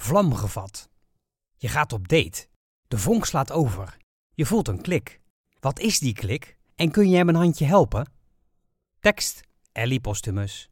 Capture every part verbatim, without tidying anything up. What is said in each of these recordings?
vlam gevat. Je gaat op date. De vonk slaat over. Je voelt een klik. Wat is die klik? En kun je hem een handje helpen? Tekst: Ellie Postumus.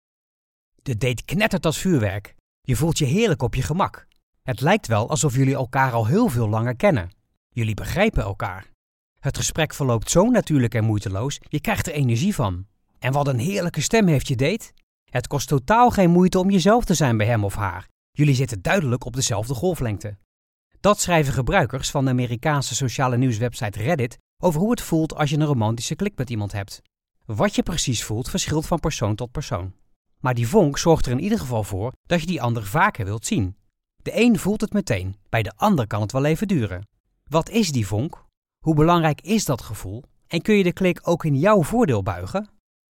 De date knettert als vuurwerk. Je voelt je heerlijk op je gemak. Het lijkt wel alsof jullie elkaar al heel veel langer kennen. Jullie begrijpen elkaar. Het gesprek verloopt zo natuurlijk en moeiteloos, je krijgt er energie van. En wat een heerlijke stem heeft je date. Het kost totaal geen moeite om jezelf te zijn bij hem of haar. Jullie zitten duidelijk op dezelfde golflengte. Dat schrijven gebruikers van de Amerikaanse sociale nieuwswebsite Reddit over hoe het voelt als je een romantische klik met iemand hebt. Wat je precies voelt verschilt van persoon tot persoon. Maar die vonk zorgt er in ieder geval voor dat je die ander vaker wilt zien. De een voelt het meteen, bij de ander kan het wel even duren. Wat is die vonk? Hoe belangrijk is dat gevoel? En kun je de klik ook in jouw voordeel buigen?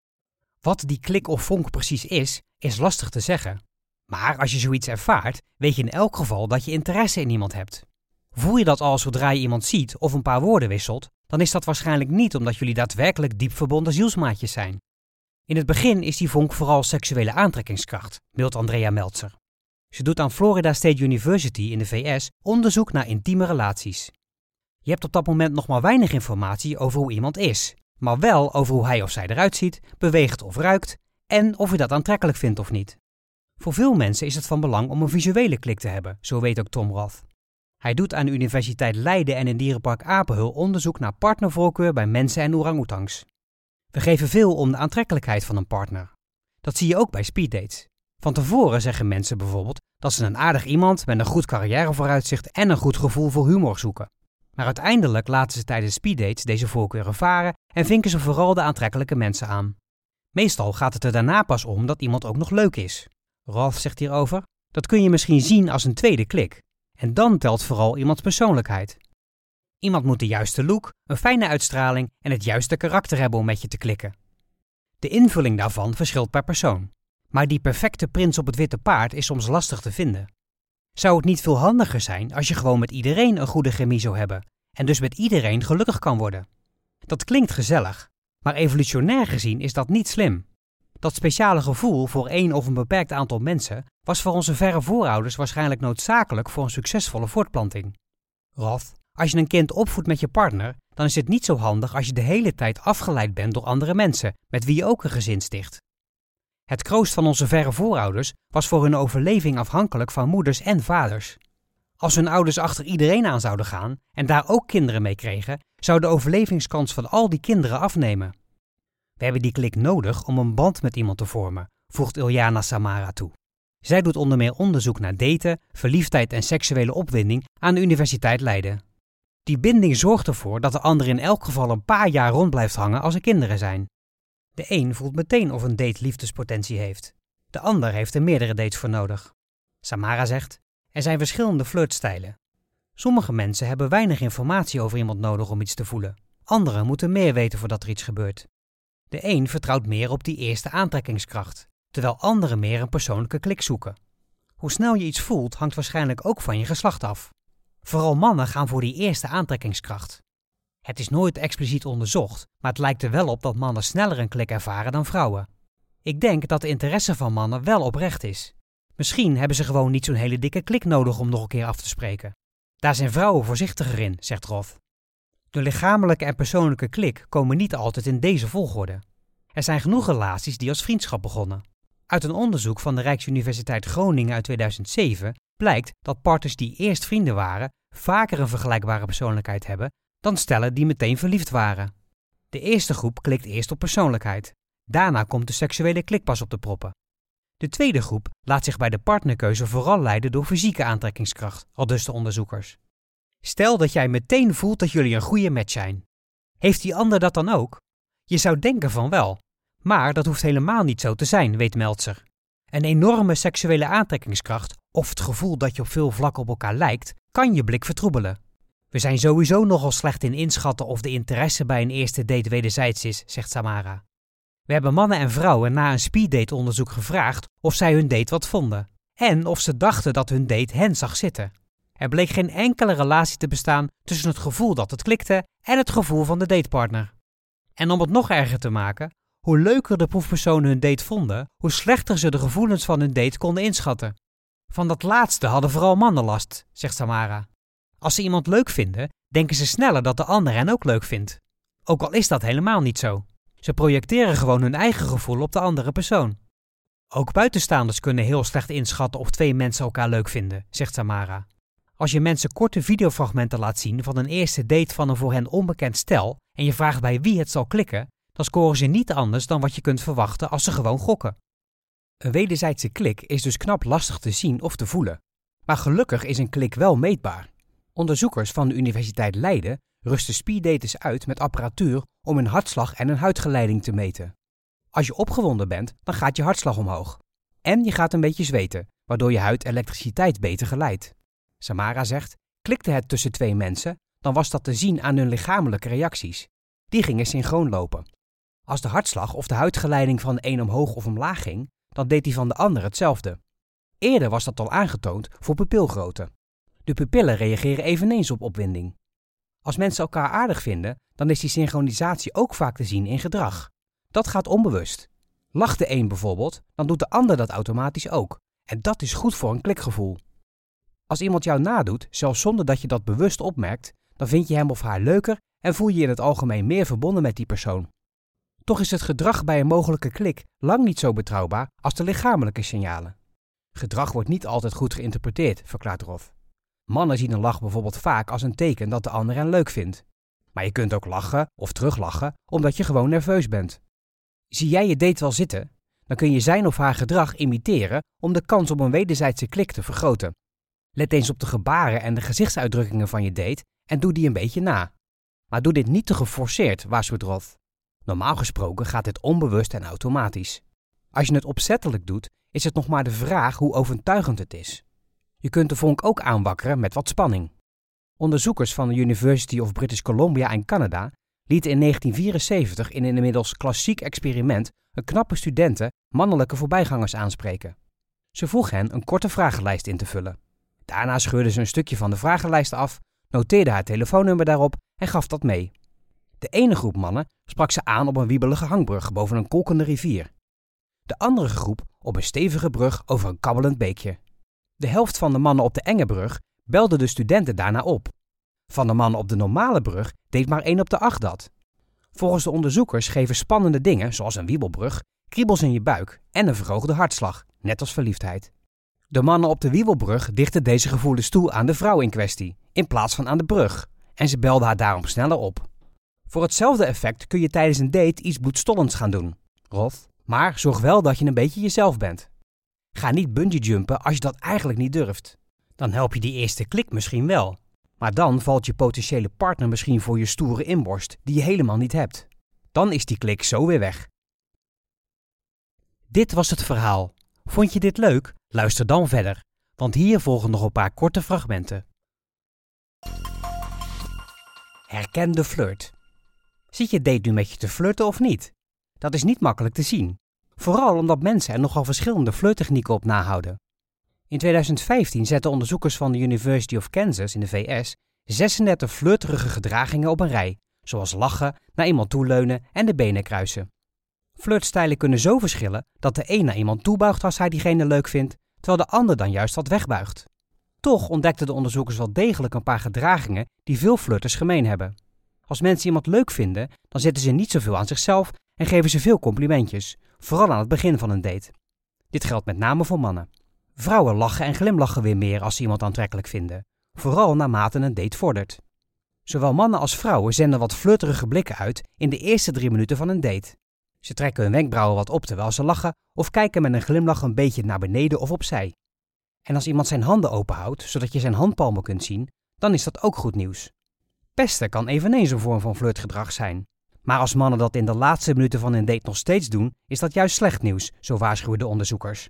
Wat die klik of vonk precies is, is lastig te zeggen. Maar als je zoiets ervaart, weet je in elk geval dat je interesse in iemand hebt. Voel je dat al zodra je iemand ziet of een paar woorden wisselt, dan is dat waarschijnlijk niet omdat jullie daadwerkelijk diep verbonden zielsmaatjes zijn. In het begin is die vonk vooral seksuele aantrekkingskracht, mailt Andrea Meltzer. Ze doet aan Florida State University in de V S onderzoek naar intieme relaties. Je hebt op dat moment nog maar weinig informatie over hoe iemand is, maar wel over hoe hij of zij eruit ziet, beweegt of ruikt en of je dat aantrekkelijk vindt of niet. Voor veel mensen is het van belang om een visuele klik te hebben, zo weet ook Tom Roth. Hij doet aan de Universiteit Leiden en in dierenpark Apenheul onderzoek naar partnervoorkeur bij mensen en orang-oetangs. We geven veel om de aantrekkelijkheid van een partner. Dat zie je ook bij speeddates. Van tevoren zeggen mensen bijvoorbeeld dat ze een aardig iemand met een goed carrièrevooruitzicht en een goed gevoel voor humor zoeken. Maar uiteindelijk laten ze tijdens speeddates deze voorkeur ervaren en vinken ze vooral de aantrekkelijke mensen aan. Meestal gaat het er daarna pas om dat iemand ook nog leuk is. Roth zegt hierover: dat kun je misschien zien als een tweede klik. En dan telt vooral iemands persoonlijkheid. Iemand moet de juiste look, een fijne uitstraling en het juiste karakter hebben om met je te klikken. De invulling daarvan verschilt per persoon. Maar die perfecte prins op het witte paard is soms lastig te vinden. Zou het niet veel handiger zijn als je gewoon met iedereen een goede chemie zou hebben en dus met iedereen gelukkig kan worden? Dat klinkt gezellig, maar evolutionair gezien is dat niet slim. Dat speciale gevoel voor één of een beperkt aantal mensen was voor onze verre voorouders waarschijnlijk noodzakelijk voor een succesvolle voortplanting. Roth: als je een kind opvoedt met je partner, dan is het niet zo handig als je de hele tijd afgeleid bent door andere mensen, met wie je ook een gezin sticht. Het kroost van onze verre voorouders was voor hun overleving afhankelijk van moeders en vaders. Als hun ouders achter iedereen aan zouden gaan en daar ook kinderen mee kregen, zou de overlevingskans van al die kinderen afnemen. We hebben die klik nodig om een band met iemand te vormen, voegt Ilyana Samara toe. Zij doet onder meer onderzoek naar daten, verliefdheid en seksuele opwinding aan de Universiteit Leiden. Die binding zorgt ervoor dat de ander in elk geval een paar jaar rond blijft hangen als er kinderen zijn. De een voelt meteen of een date liefdespotentie heeft. De ander heeft er meerdere dates voor nodig. Samara zegt: er zijn verschillende flirtstijlen. Sommige mensen hebben weinig informatie over iemand nodig om iets te voelen. Anderen moeten meer weten voordat er iets gebeurt. De een vertrouwt meer op die eerste aantrekkingskracht, terwijl anderen meer een persoonlijke klik zoeken. Hoe snel je iets voelt hangt waarschijnlijk ook van je geslacht af. Vooral mannen gaan voor die eerste aantrekkingskracht. Het is nooit expliciet onderzocht, maar het lijkt er wel op dat mannen sneller een klik ervaren dan vrouwen. Ik denk dat de interesse van mannen wel oprecht is. Misschien hebben ze gewoon niet zo'n hele dikke klik nodig om nog een keer af te spreken. Daar zijn vrouwen voorzichtiger in, zegt Roth. De lichamelijke en persoonlijke klik komen niet altijd in deze volgorde. Er zijn genoeg relaties die als vriendschap begonnen. Uit een onderzoek van de Rijksuniversiteit Groningen uit tweeduizend zeven blijkt dat partners die eerst vrienden waren vaker een vergelijkbare persoonlijkheid hebben dan stellen die meteen verliefd waren. De eerste groep klikt eerst op persoonlijkheid. Daarna komt de seksuele klik pas op de proppen. De tweede groep laat zich bij de partnerkeuze vooral leiden door fysieke aantrekkingskracht, aldus de onderzoekers. Stel dat jij meteen voelt dat jullie een goede match zijn. Heeft die ander dat dan ook? Je zou denken van wel, maar dat hoeft helemaal niet zo te zijn, weet Meltzer. Een enorme seksuele aantrekkingskracht of het gevoel dat je op veel vlakken op elkaar lijkt, kan je blik vertroebelen. We zijn sowieso nogal slecht in inschatten of de interesse bij een eerste date wederzijds is, zegt Samara. We hebben mannen en vrouwen na een speeddate-onderzoek gevraagd of zij hun date wat vonden. En of ze dachten dat hun date hen zag zitten. Er bleek geen enkele relatie te bestaan tussen het gevoel dat het klikte en het gevoel van de datepartner. En om het nog erger te maken, hoe leuker de proefpersonen hun date vonden, hoe slechter ze de gevoelens van hun date konden inschatten. Van dat laatste hadden vooral mannen last, zegt Samara. Als ze iemand leuk vinden, denken ze sneller dat de ander hen ook leuk vindt. Ook al is dat helemaal niet zo. Ze projecteren gewoon hun eigen gevoel op de andere persoon. Ook buitenstaanders kunnen heel slecht inschatten of twee mensen elkaar leuk vinden, zegt Samara. Als je mensen korte videofragmenten laat zien van een eerste date van een voor hen onbekend stel en je vraagt bij wie het zal klikken, dan scoren ze niet anders dan wat je kunt verwachten als ze gewoon gokken. Een wederzijdse klik is dus knap lastig te zien of te voelen. Maar gelukkig is een klik wel meetbaar. Onderzoekers van de Universiteit Leiden rusten speeddaters uit met apparatuur om hun hartslag en hun huidgeleiding te meten. Als je opgewonden bent, dan gaat je hartslag omhoog. En je gaat een beetje zweten, waardoor je huid elektriciteit beter geleidt. Samara zegt, klikte het tussen twee mensen, dan was dat te zien aan hun lichamelijke reacties. Die gingen synchroon lopen. Als de hartslag of de huidgeleiding van de een omhoog of omlaag ging, dan deed die van de ander hetzelfde. Eerder was dat al aangetoond voor pupilgrootte. De pupillen reageren eveneens op opwinding. Als mensen elkaar aardig vinden, dan is die synchronisatie ook vaak te zien in gedrag. Dat gaat onbewust. Lacht de een bijvoorbeeld, dan doet de ander dat automatisch ook. En dat is goed voor een klikgevoel. Als iemand jou nadoet, zelfs zonder dat je dat bewust opmerkt, dan vind je hem of haar leuker en voel je je in het algemeen meer verbonden met die persoon. Toch is het gedrag bij een mogelijke klik lang niet zo betrouwbaar als de lichamelijke signalen. Gedrag wordt niet altijd goed geïnterpreteerd, verklaart Roth. Mannen zien een lach bijvoorbeeld vaak als een teken dat de ander hen leuk vindt. Maar je kunt ook lachen of teruglachen omdat je gewoon nerveus bent. Zie jij je date wel zitten, dan kun je zijn of haar gedrag imiteren om de kans op een wederzijdse klik te vergroten. Let eens op de gebaren en de gezichtsuitdrukkingen van je date en doe die een beetje na. Maar doe dit niet te geforceerd, waarschuwt Roth. Normaal gesproken gaat dit onbewust en automatisch. Als je het opzettelijk doet, is het nog maar de vraag hoe overtuigend het is. Je kunt de vonk ook aanwakkeren met wat spanning. Onderzoekers van de University of British Columbia in Canada lieten in negentien vierenzeventig in een inmiddels klassiek experiment een knappe studenten mannelijke voorbijgangers aanspreken. Ze vroeg hen een korte vragenlijst in te vullen. Daarna scheurde ze een stukje van de vragenlijst af, noteerde haar telefoonnummer daarop en gaf dat mee. De ene groep mannen sprak ze aan op een wiebelige hangbrug boven een kolkende rivier. De andere groep op een stevige brug over een kabbelend beekje. De helft van de mannen op de enge brug belde de studenten daarna op. Van de mannen op de normale brug deed maar één op de acht dat. Volgens de onderzoekers geven spannende dingen, zoals een wiebelbrug, kriebels in je buik en een verhoogde hartslag, net als verliefdheid. De mannen op de wiebelbrug dichten deze gevoelens toe aan de vrouw in kwestie, in plaats van aan de brug, en ze belden haar daarom sneller op. Voor hetzelfde effect kun je tijdens een date iets bloedstollends gaan doen, Roth, maar zorg wel dat je een beetje jezelf bent. Ga niet bungeejumpen als je dat eigenlijk niet durft. Dan help je die eerste klik misschien wel, maar dan valt je potentiële partner misschien voor je stoere inborst die je helemaal niet hebt. Dan is die klik zo weer weg. Dit was het verhaal. Vond je dit leuk? Luister dan verder, want hier volgen nog een paar korte fragmenten. Herken de flirt. Zit je date nu met je te flirten of niet? Dat is niet makkelijk te zien. Vooral omdat mensen er nogal verschillende flirttechnieken op nahouden. In tweeduizend vijftien zetten onderzoekers van de University of Kansas in de V S zesendertig flirterige gedragingen op een rij, zoals lachen, naar iemand toeleunen en de benen kruisen. Flirtstijlen kunnen zo verschillen dat de een naar iemand toebuigt als hij diegene leuk vindt, terwijl de ander dan juist wat wegbuigt. Toch ontdekten de onderzoekers wel degelijk een paar gedragingen die veel flirters gemeen hebben. Als mensen iemand leuk vinden, dan zetten ze niet zoveel aan zichzelf en geven ze veel complimentjes, vooral aan het begin van een date. Dit geldt met name voor mannen. Vrouwen lachen en glimlachen weer meer als ze iemand aantrekkelijk vinden, vooral naarmate een date vordert. Zowel mannen als vrouwen zenden wat flirterige blikken uit in de eerste drie minuten van een date. Ze trekken hun wenkbrauwen wat op terwijl ze lachen of kijken met een glimlach een beetje naar beneden of opzij. En als iemand zijn handen openhoudt, zodat je zijn handpalmen kunt zien, dan is dat ook goed nieuws. Pesten kan eveneens een vorm van flirtgedrag zijn. Maar als mannen dat in de laatste minuten van een date nog steeds doen, is dat juist slecht nieuws, zo waarschuwen de onderzoekers.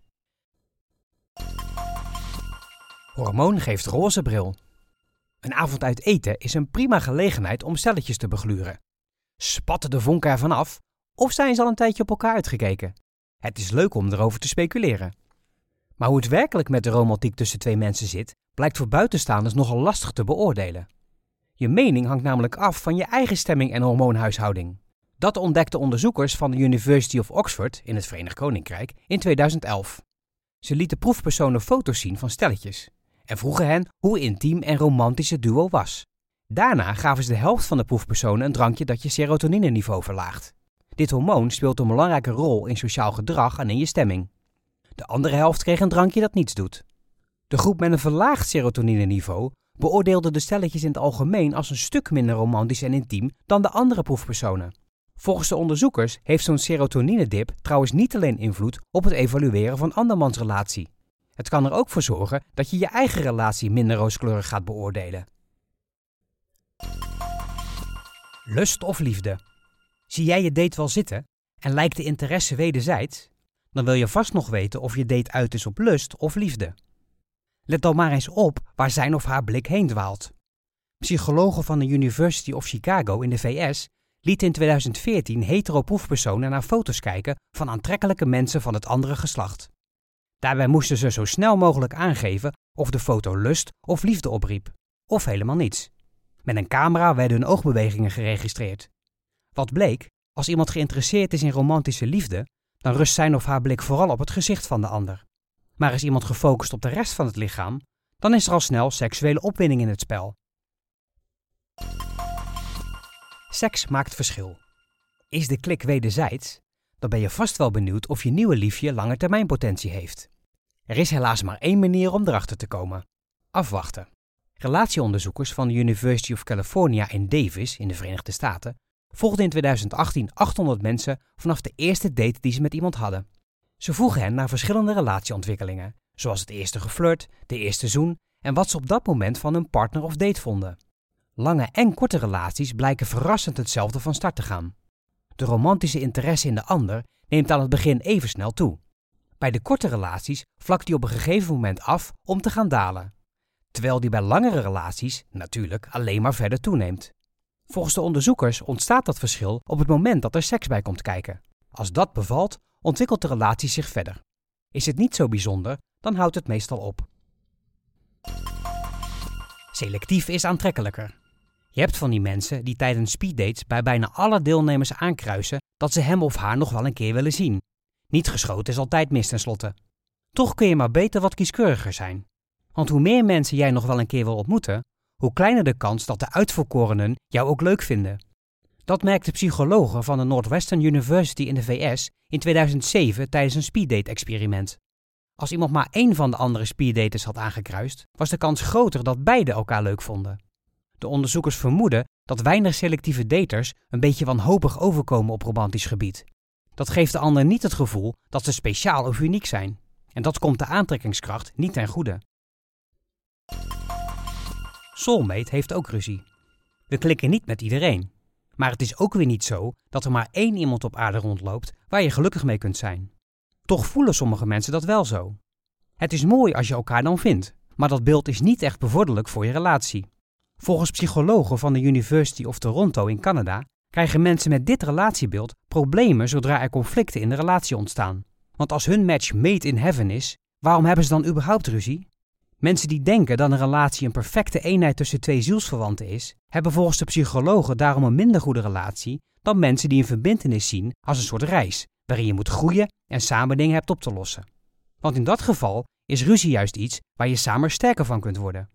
Hormoon geeft roze bril. Een avond uit eten is een prima gelegenheid om stelletjes te begluren. Spatten de vonken ervan af, of zijn ze al een tijdje op elkaar uitgekeken? Het is leuk om erover te speculeren. Maar hoe het werkelijk met de romantiek tussen twee mensen zit, blijkt voor buitenstaanders nogal lastig te beoordelen. Je mening hangt namelijk af van je eigen stemming en hormoonhuishouding. Dat ontdekten onderzoekers van de University of Oxford in het Verenigd Koninkrijk in tweeduizend elf. Ze lieten proefpersonen foto's zien van stelletjes en vroegen hen hoe intiem en romantisch het duo was. Daarna gaven ze de helft van de proefpersonen een drankje dat je serotonineniveau verlaagt. Dit hormoon speelt een belangrijke rol in sociaal gedrag en in je stemming. De andere helft kreeg een drankje dat niets doet. De groep met een verlaagd serotonineniveau beoordeelde de stelletjes in het algemeen als een stuk minder romantisch en intiem dan de andere proefpersonen. Volgens de onderzoekers heeft zo'n serotoninedip trouwens niet alleen invloed op het evalueren van andermans relatie. Het kan er ook voor zorgen dat je je eigen relatie minder rooskleurig gaat beoordelen. Lust of liefde. Zie jij je date wel zitten en lijkt de interesse wederzijds? Dan wil je vast nog weten of je date uit is op lust of liefde. Let dan maar eens op waar zijn of haar blik heen dwaalt. Psychologen van de University of Chicago in de V S lieten in tweeduizend veertien hetero proefpersonen naar foto's kijken van aantrekkelijke mensen van het andere geslacht. Daarbij moesten ze zo snel mogelijk aangeven of de foto lust of liefde opriep, of helemaal niets. Met een camera werden hun oogbewegingen geregistreerd. Wat bleek, als iemand geïnteresseerd is in romantische liefde, dan rust zijn of haar blik vooral op het gezicht van de ander. Maar is iemand gefocust op de rest van het lichaam, dan is er al snel seksuele opwinding in het spel. Seks maakt verschil. Is de klik wederzijds? Dan ben je vast wel benieuwd of je nieuwe liefje langetermijnpotentie heeft. Er is helaas maar één manier om erachter te komen. Afwachten. Relatieonderzoekers van de University of California in Davis in de Verenigde Staten volgden in tweeduizend achttien achthonderd mensen vanaf de eerste date die ze met iemand hadden. Ze vroegen hen naar verschillende relatieontwikkelingen, zoals het eerste geflirt, de eerste zoen en wat ze op dat moment van hun partner of date vonden. Lange en korte relaties blijken verrassend hetzelfde van start te gaan. De romantische interesse in de ander neemt aan het begin even snel toe. Bij de korte relaties vlakt die op een gegeven moment af om te gaan dalen. Terwijl die bij langere relaties natuurlijk alleen maar verder toeneemt. Volgens de onderzoekers ontstaat dat verschil op het moment dat er seks bij komt kijken. Als dat bevalt, ontwikkelt de relatie zich verder. Is het niet zo bijzonder, dan houdt het meestal op. Selectief is aantrekkelijker. Je hebt van die mensen die tijdens speeddates bij bijna alle deelnemers aankruisen dat ze hem of haar nog wel een keer willen zien. Niet geschoten is altijd mis tenslotte. Toch kun je maar beter wat kieskeuriger zijn. Want hoe meer mensen jij nog wel een keer wil ontmoeten, hoe kleiner de kans dat de uitverkorenen jou ook leuk vinden. Dat merkten psychologen van de Northwestern University in de V S in tweeduizend zeven tijdens een speeddate-experiment. Als iemand maar één van de andere speeddaters had aangekruist, was de kans groter dat beide elkaar leuk vonden. De onderzoekers vermoeden dat weinig selectieve daters een beetje wanhopig overkomen op romantisch gebied. Dat geeft de ander niet het gevoel dat ze speciaal of uniek zijn. En dat komt de aantrekkingskracht niet ten goede. Soulmate heeft ook ruzie. We klikken niet met iedereen. Maar het is ook weer niet zo dat er maar één iemand op aarde rondloopt waar je gelukkig mee kunt zijn. Toch voelen sommige mensen dat wel zo. Het is mooi als je elkaar dan vindt, maar dat beeld is niet echt bevorderlijk voor je relatie. Volgens psychologen van de University of Toronto in Canada krijgen mensen met dit relatiebeeld problemen zodra er conflicten in de relatie ontstaan. Want als hun match made in heaven is, waarom hebben ze dan überhaupt ruzie? Mensen die denken dat een relatie een perfecte eenheid tussen twee zielsverwanten is, hebben volgens de psychologen daarom een minder goede relatie dan mensen die een verbintenis zien als een soort reis, waarin je moet groeien en samen dingen hebt op te lossen. Want in dat geval is ruzie juist iets waar je samen sterker van kunt worden.